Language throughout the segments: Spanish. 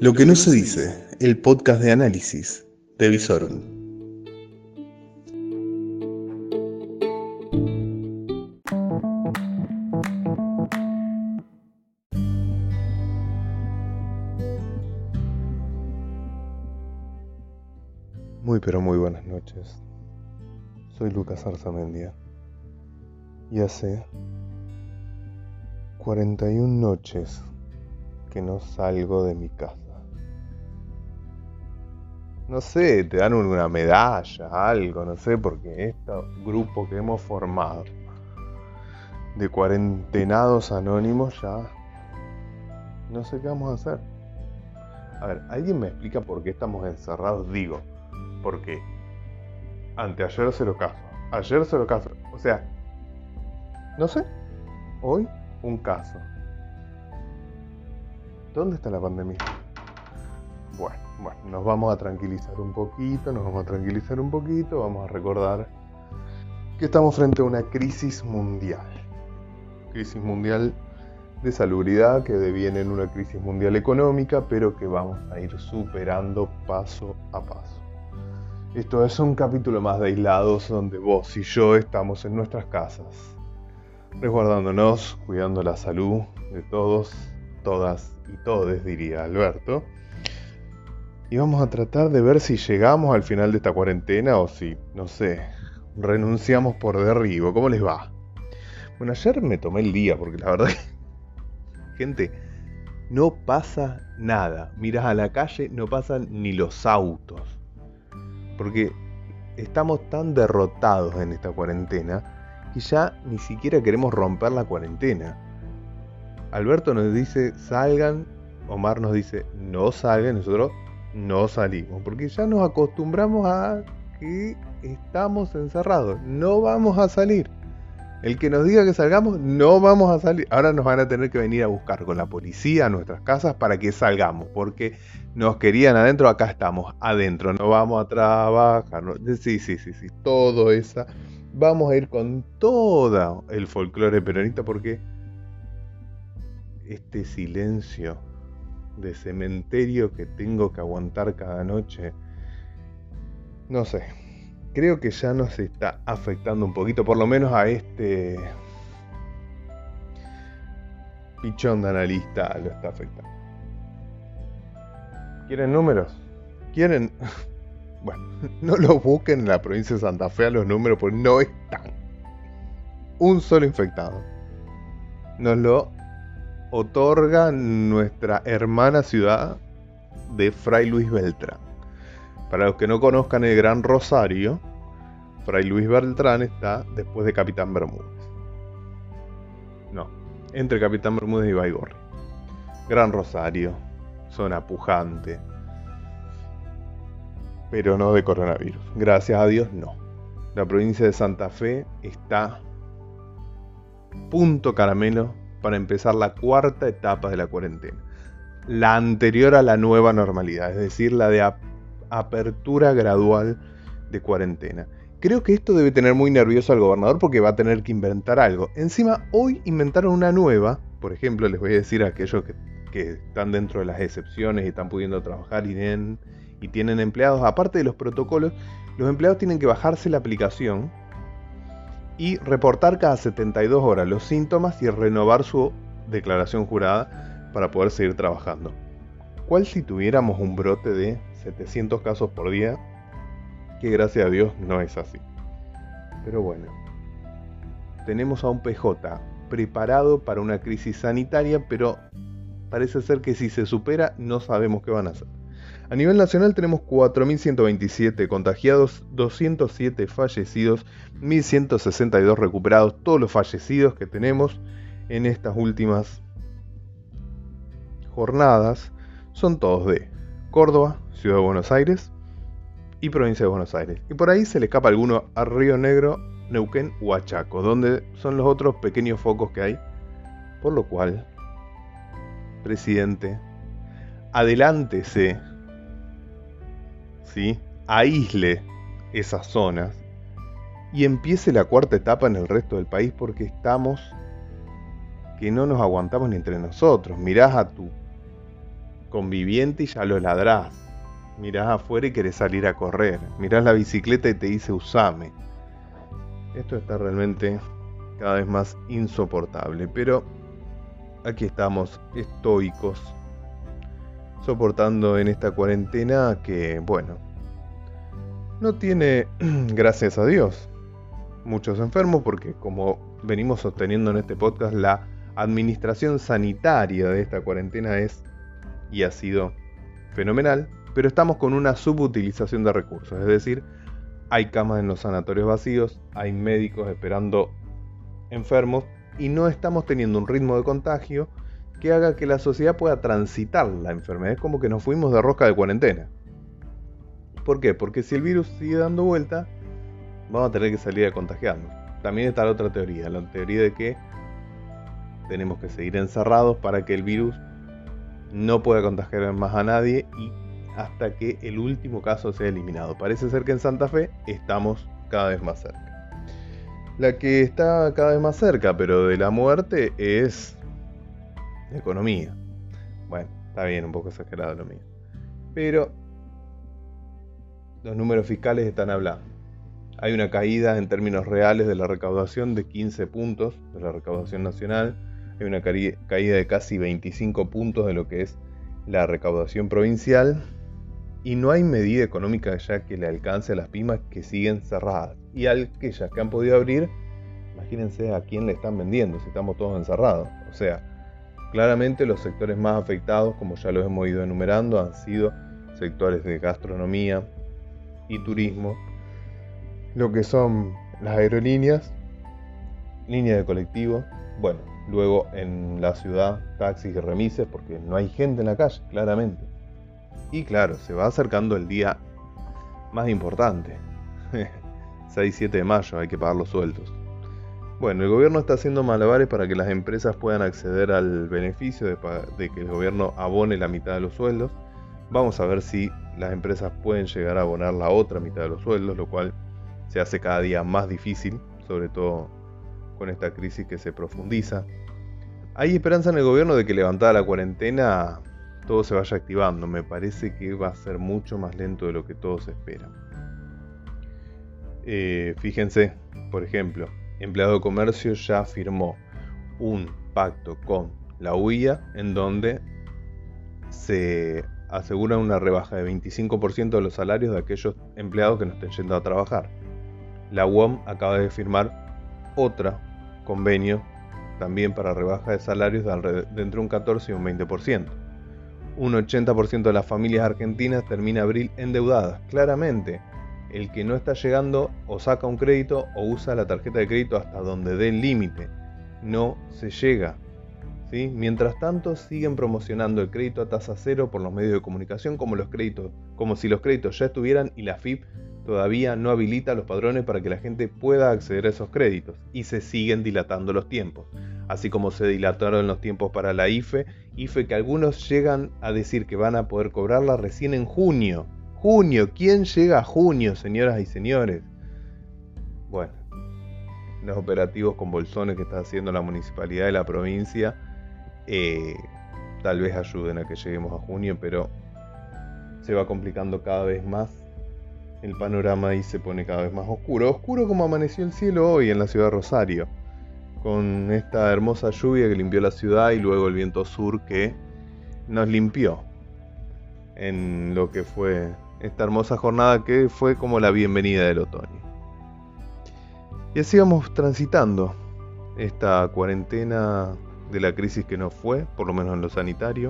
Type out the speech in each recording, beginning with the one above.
Lo que no se dice, el podcast de análisis de Visorum. Muy pero muy buenas noches. Soy Lucas Arzamendia y hace 41 noches que no salgo de mi casa. No sé, te dan una medalla, algo, no sé, porque este grupo que hemos formado de cuarentenados anónimos ya no sé qué vamos a hacer. A ver, ¿alguien me explica por qué estamos encerrados? Digo, porque anteayer se lo caso, ayer se lo caso, o sea, no sé, hoy un caso. ¿Dónde está la pandemia? Bueno, nos vamos a tranquilizar un poquito, vamos a recordar que estamos frente a una crisis mundial de salubridad que deviene en una crisis mundial económica, pero que vamos a ir superando paso a paso. Esto es un capítulo más de Aislados, donde vos y yo estamos en nuestras casas, resguardándonos, cuidando la salud de todos, todas y todes, diría Alberto. Y vamos a tratar de ver si llegamos al final de esta cuarentena o si, no sé, renunciamos por derribo. ¿Cómo les va? Bueno, ayer me tomé el día porque la verdad gente, no pasa nada. Miras a la calle, no pasan ni los autos. Porque estamos tan derrotados en esta cuarentena que ya ni siquiera queremos romper la cuarentena. Alberto nos dice salgan, Omar nos dice no salgan, nosotros no salimos, porque ya nos acostumbramos a que estamos encerrados, no vamos a salir. El que nos diga que salgamos, no vamos a salir. Ahora nos van a tener que venir a buscar con la policía a nuestras casas para que salgamos, porque nos querían adentro, acá estamos adentro, no vamos a trabajar. No. Sí, todo eso. Vamos a ir con todo el folclore peronista, porque este silencio de cementerio que tengo que aguantar cada noche, no sé, creo que ya nos está afectando un poquito, por lo menos a este pichón de analista lo está afectando. ¿Quieren números? ¿Quieren? Bueno, no los busquen en la provincia de Santa Fe a los números, porque no están. Un solo infectado. Nos lo otorga nuestra hermana ciudad de Fray Luis Beltrán. Para los que no conozcan el Gran Rosario, Fray Luis Beltrán está después de Capitán Bermúdez. No, entre Capitán Bermúdez y Baigorri. Gran Rosario, zona pujante, pero no de coronavirus. Gracias a Dios, no. La provincia de Santa Fe está punto caramelo para empezar la cuarta etapa de la cuarentena, la anterior a la nueva normalidad, es decir, la de apertura gradual de cuarentena. Creo que esto debe tener muy nervioso al gobernador porque va a tener que inventar algo. Encima, hoy inventaron una nueva, por ejemplo, les voy a decir a aquellos que están dentro de las excepciones y están pudiendo trabajar y tienen empleados, aparte de los protocolos, los empleados tienen que bajarse la aplicación y reportar cada 72 horas los síntomas y renovar su declaración jurada para poder seguir trabajando. ¿Cuál si tuviéramos un brote de 700 casos por día? Que gracias a Dios no es así. Pero bueno, tenemos a un PJ preparado para una crisis sanitaria, pero parece ser que si se supera no sabemos qué van a hacer. A nivel nacional tenemos 4.127 contagiados, 207 fallecidos, 1.162 recuperados. Todos los fallecidos que tenemos en estas últimas jornadas son todos de Córdoba, Ciudad de Buenos Aires y Provincia de Buenos Aires. Y por ahí se le escapa alguno a Río Negro, Neuquén o a Chaco, donde son los otros pequeños focos que hay. Por lo cual, presidente, adelántese, ¿sí? Aísle esas zonas y empiece la cuarta etapa en el resto del país, porque estamos que no nos aguantamos ni entre nosotros. Mirás a tu conviviente y ya lo ladrás. Mirás afuera y querés salir a correr. Mirás la bicicleta y te dice usame. Esto está realmente cada vez más insoportable. Pero aquí estamos, estoicos, soportando en esta cuarentena que, bueno, no tiene, gracias a Dios, muchos enfermos, porque como venimos sosteniendo en este podcast, la administración sanitaria de esta cuarentena es y ha sido fenomenal, pero estamos con una subutilización de recursos, es decir, hay camas en los sanatorios vacíos, hay médicos esperando enfermos y no estamos teniendo un ritmo de contagio que haga que la sociedad pueda transitar la enfermedad. Es como que nos fuimos de rosca de cuarentena. ¿Por qué? Porque si el virus sigue dando vuelta, vamos a tener que salir a contagiarnos. También está la otra teoría, la teoría de que tenemos que seguir encerrados para que el virus no pueda contagiar más a nadie y hasta que el último caso sea eliminado. Parece ser que en Santa Fe estamos cada vez más cerca. La que está cada vez más cerca, pero de la muerte, es la economía. Bueno, está bien, un poco exagerado lo mío. Pero los números fiscales están hablando. Hay una caída en términos reales de la recaudación de 15 puntos de la recaudación nacional. Hay una caída de casi 25 puntos de lo que es la recaudación provincial. Y no hay medida económica ya que le alcance a las pymes que siguen cerradas. Y aquellas que han podido abrir, imagínense a quién le están vendiendo si estamos todos encerrados. O sea, claramente los sectores más afectados, como ya los hemos ido enumerando, han sido sectores de gastronomía y turismo, lo que son las aerolíneas, líneas de colectivo, bueno, luego en la ciudad taxis y remises, porque no hay gente en la calle, claramente. Y claro, se va acercando el día más importante, 6-7 de mayo, hay que pagar los sueldos. Bueno, el gobierno está haciendo malabares para que las empresas puedan acceder al beneficio de que el gobierno abone la mitad de los sueldos. Vamos a ver si las empresas pueden llegar a abonar la otra mitad de los sueldos, lo cual se hace cada día más difícil, sobre todo con esta crisis que se profundiza. Hay esperanza en el gobierno de que levantada la cuarentena todo se vaya activando. Me parece que va a ser mucho más lento de lo que todos esperan. Fíjense, por ejemplo, Empleado de Comercio ya firmó un pacto con la UIA en donde se asegura una rebaja de 25% de los salarios de aquellos empleados que no estén yendo a trabajar. La UOM acaba de firmar otro convenio también para rebaja de salarios de entre un 14 y un 20%. Un 80% de las familias argentinas termina abril endeudadas. Claramente, el que no está llegando o saca un crédito o usa la tarjeta de crédito hasta donde dé el límite. No se llega. ¿Sí? Mientras tanto, siguen promocionando el crédito a tasa cero por los medios de comunicación como si los créditos ya estuvieran y la AFIP todavía no habilita los padrones para que la gente pueda acceder a esos créditos. Y se siguen dilatando los tiempos. Así como se dilataron los tiempos para la IFE que algunos llegan a decir que van a poder cobrarla recién en junio. Junio, ¿quién llega a junio, señoras y señores? Bueno, los operativos con bolsones que está haciendo la municipalidad de la provincia tal vez ayuden a que lleguemos a junio, pero se va complicando cada vez más el panorama y se pone cada vez más oscuro. Oscuro como amaneció el cielo hoy en la ciudad de Rosario, con esta hermosa lluvia que limpió la ciudad y luego el viento sur que nos limpió en lo que fue esta hermosa jornada que fue como la bienvenida del otoño. Y así vamos transitando esta cuarentena de la crisis que nos fue, por lo menos en lo sanitario,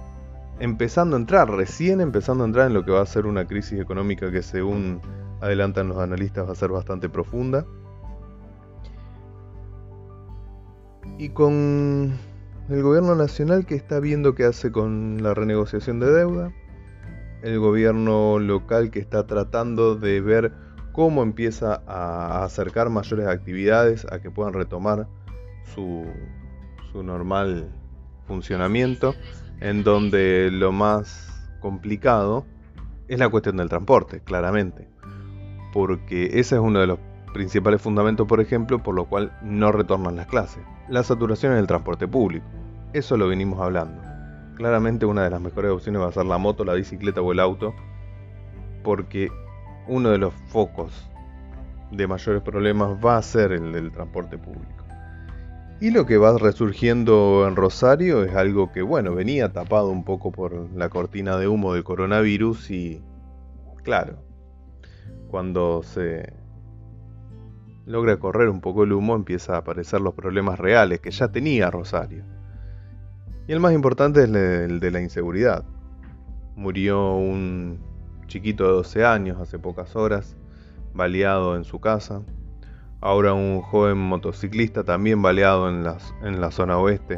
recién empezando a entrar en lo que va a ser una crisis económica que, según adelantan los analistas, va a ser bastante profunda. Y con el gobierno nacional que está viendo qué hace con la renegociación de deuda, el gobierno local que está tratando de ver cómo empieza a acercar mayores actividades a que puedan retomar su normal funcionamiento, en donde lo más complicado es la cuestión del transporte, claramente, porque ese es uno de los principales fundamentos, por ejemplo, por lo cual no retornan las clases. La saturación en el transporte público, eso lo venimos hablando. Claramente una de las mejores opciones va a ser la moto, la bicicleta o el auto, porque uno de los focos de mayores problemas va a ser el del transporte público. Y lo que va resurgiendo en Rosario es algo que, bueno, venía tapado un poco por la cortina de humo del coronavirus y, claro, cuando se logra correr un poco el humo empieza a aparecer los problemas reales que ya tenía Rosario. Y el más importante es el de la inseguridad. Murió un chiquito de 12 años hace pocas horas, baleado en su casa. Ahora un joven motociclista también baleado en la zona oeste.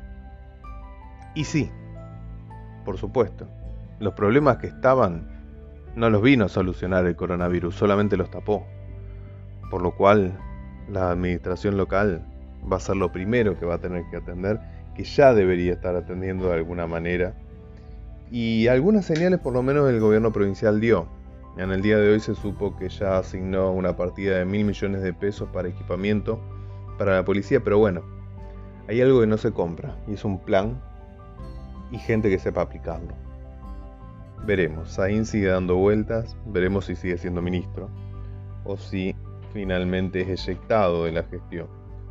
Y sí, por supuesto, los problemas que estaban no los vino a solucionar el coronavirus, solamente los tapó. Por lo cual, la administración local va a ser lo primero que va a tener que atender, que ya debería estar atendiendo de alguna manera. Y algunas señales por lo menos el gobierno provincial dio. En el día de hoy se supo que ya asignó una partida de 1.000 millones de pesos para equipamiento para la policía, pero bueno, hay algo que no se compra, y es un plan y gente que sepa aplicarlo. Veremos, Saín sigue dando vueltas, veremos si sigue siendo ministro, o si finalmente es eyectado de la gestión.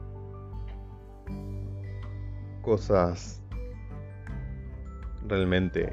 Cosas realmente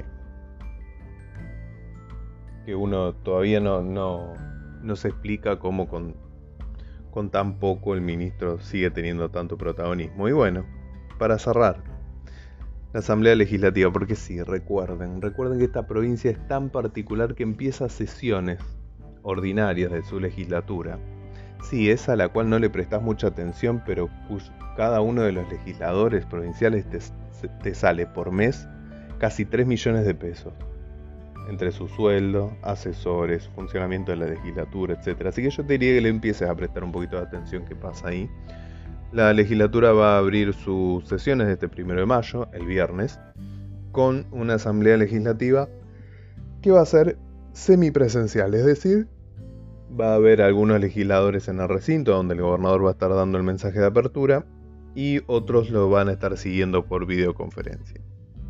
que uno todavía no se explica cómo con tan poco el ministro sigue teniendo tanto protagonismo. Y bueno, para cerrar, la Asamblea Legislativa, porque sí, recuerden que esta provincia es tan particular que empieza sesiones ordinarias de su legislatura. Sí, es a la cual no le prestás mucha atención, pero cada uno de los legisladores provinciales te sale por mes casi 3 millones de pesos. Entre su sueldo, asesores, funcionamiento de la legislatura, etc. Así que yo te diría que le empieces a prestar un poquito de atención qué pasa ahí. La legislatura va a abrir sus sesiones este 1 de mayo, el viernes, con una asamblea legislativa que va a ser semipresencial, es decir, va a haber algunos legisladores en el recinto donde el gobernador va a estar dando el mensaje de apertura y otros lo van a estar siguiendo por videoconferencia.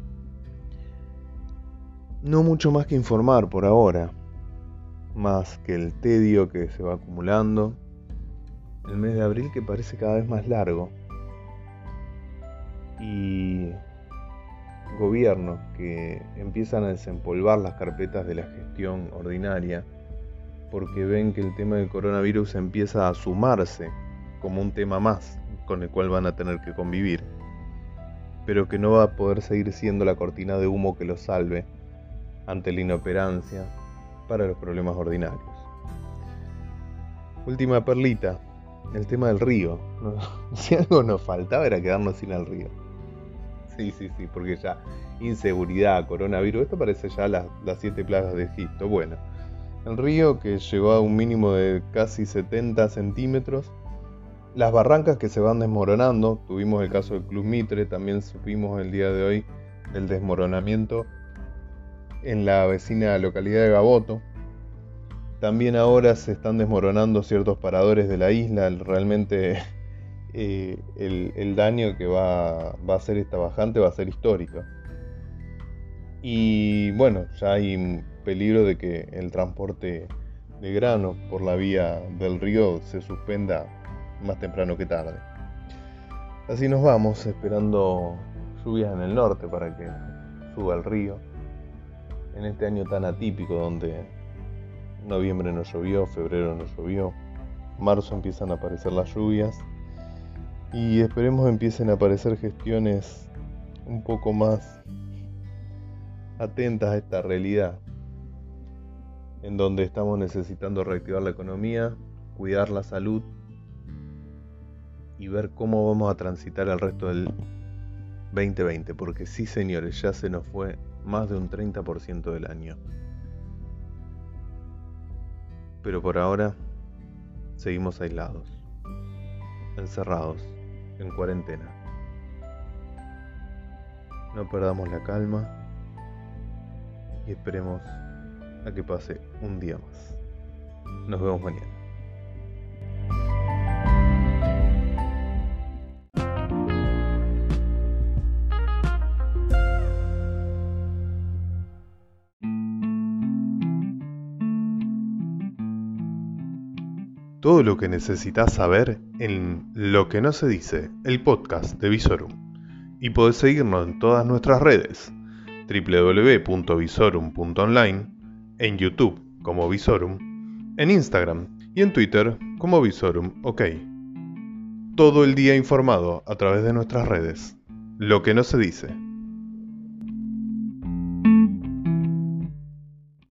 No mucho más que informar por ahora, más que el tedio que se va acumulando, el mes de abril que parece cada vez más largo, y gobiernos que empiezan a desempolvar las carpetas de la gestión ordinaria porque ven que el tema del coronavirus empieza a sumarse como un tema más con el cual van a tener que convivir, pero que no va a poder seguir siendo la cortina de humo que los salve ante la inoperancia para los problemas ordinarios. Última perlita, el tema del río. Si algo nos faltaba era quedarnos sin el río. Sí, porque ya inseguridad, coronavirus, esto parece ya las 7 plagas de Egipto. Bueno, el río que llegó a un mínimo de casi 70 centímetros, las barrancas que se van desmoronando, tuvimos el caso del Club Mitre, también supimos el día de hoy del desmoronamiento en la vecina localidad de Gaboto. También ahora se están desmoronando ciertos paradores de la isla. Realmente el daño que va a hacer esta bajante va a ser histórico. Y bueno, ya hay peligro de que el transporte de grano por la vía del río se suspenda más temprano que tarde. Así nos vamos, esperando lluvias en el norte para que suba el río. En este año tan atípico donde noviembre no llovió, febrero no llovió, marzo empiezan a aparecer las lluvias y esperemos empiecen a aparecer gestiones un poco más atentas a esta realidad, en donde estamos necesitando reactivar la economía, cuidar la salud y ver cómo vamos a transitar el resto del 2020, porque sí, señores, ya se nos fue más de un 30% del año. Pero por ahora seguimos aislados, encerrados, en cuarentena. No perdamos la calma y esperemos a que pase un día más. Nos vemos mañana. todo lo que necesitas saber en Lo que no se dice, el podcast de Visorum. Y podés seguirnos en todas nuestras redes, www.visorum.online, en YouTube como Visorum, en Instagram y en Twitter como Visorum OK. Todo el día informado a través de nuestras redes. Lo que no se dice.